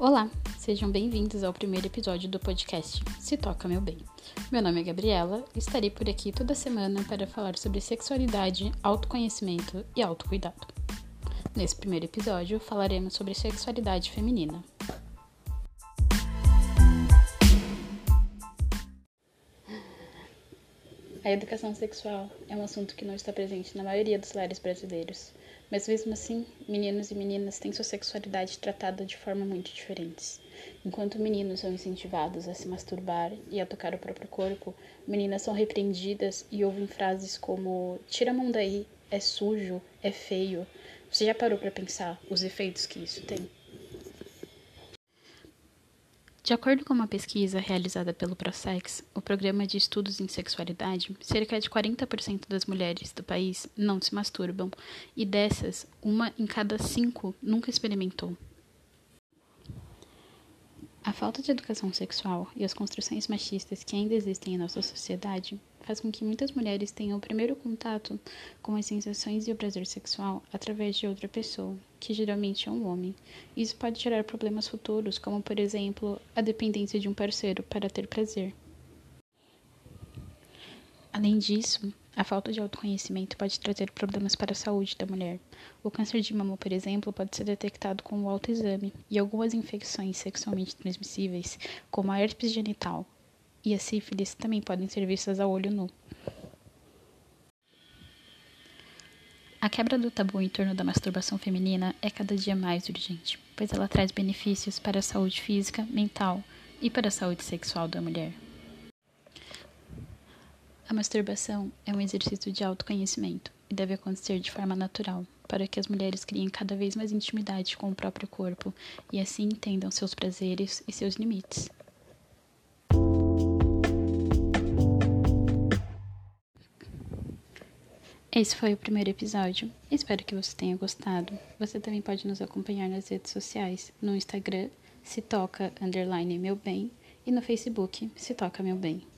Olá, sejam bem-vindos ao primeiro episódio do podcast Se Toca Meu Bem. Meu nome é Gabriela e estarei por aqui toda semana para falar sobre sexualidade, autoconhecimento e autocuidado. Nesse primeiro episódio, falaremos sobre sexualidade feminina. A educação sexual é um assunto que não está presente na maioria dos lares brasileiros, mas mesmo assim, meninos e meninas têm sua sexualidade tratada de forma muito diferentes. Enquanto meninos são incentivados a se masturbar e a tocar o próprio corpo, meninas são repreendidas e ouvem frases como "tira a mão daí, é sujo, é feio". Você já parou para pensar os efeitos que isso tem? De acordo com uma pesquisa realizada pelo Prosex, o Programa de Estudos em Sexualidade, cerca de 40% das mulheres do país não se masturbam, e dessas, 1 em cada 5 nunca experimentou. A falta de educação sexual e as construções machistas que ainda existem em nossa sociedade faz com que muitas mulheres tenham o primeiro contato com as sensações e o prazer sexual através de outra pessoa, que geralmente é um homem. Isso pode gerar problemas futuros, como, por exemplo, a dependência de um parceiro para ter prazer. Além disso, a falta de autoconhecimento pode trazer problemas para a saúde da mulher. O câncer de mama, por exemplo, pode ser detectado com o autoexame, e algumas infecções sexualmente transmissíveis, como a herpes genital e a sífilis, também podem ser vistas a olho nu. A quebra do tabu em torno da masturbação feminina é cada dia mais urgente, pois ela traz benefícios para a saúde física, mental e para a saúde sexual da mulher. A masturbação é um exercício de autoconhecimento e deve acontecer de forma natural, para que as mulheres criem cada vez mais intimidade com o próprio corpo e assim entendam seus prazeres e seus limites. Esse foi o primeiro episódio. Espero que você tenha gostado. Você também pode nos acompanhar nas redes sociais, no Instagram, se toca_meu bem, e no Facebook, se toca meu bem.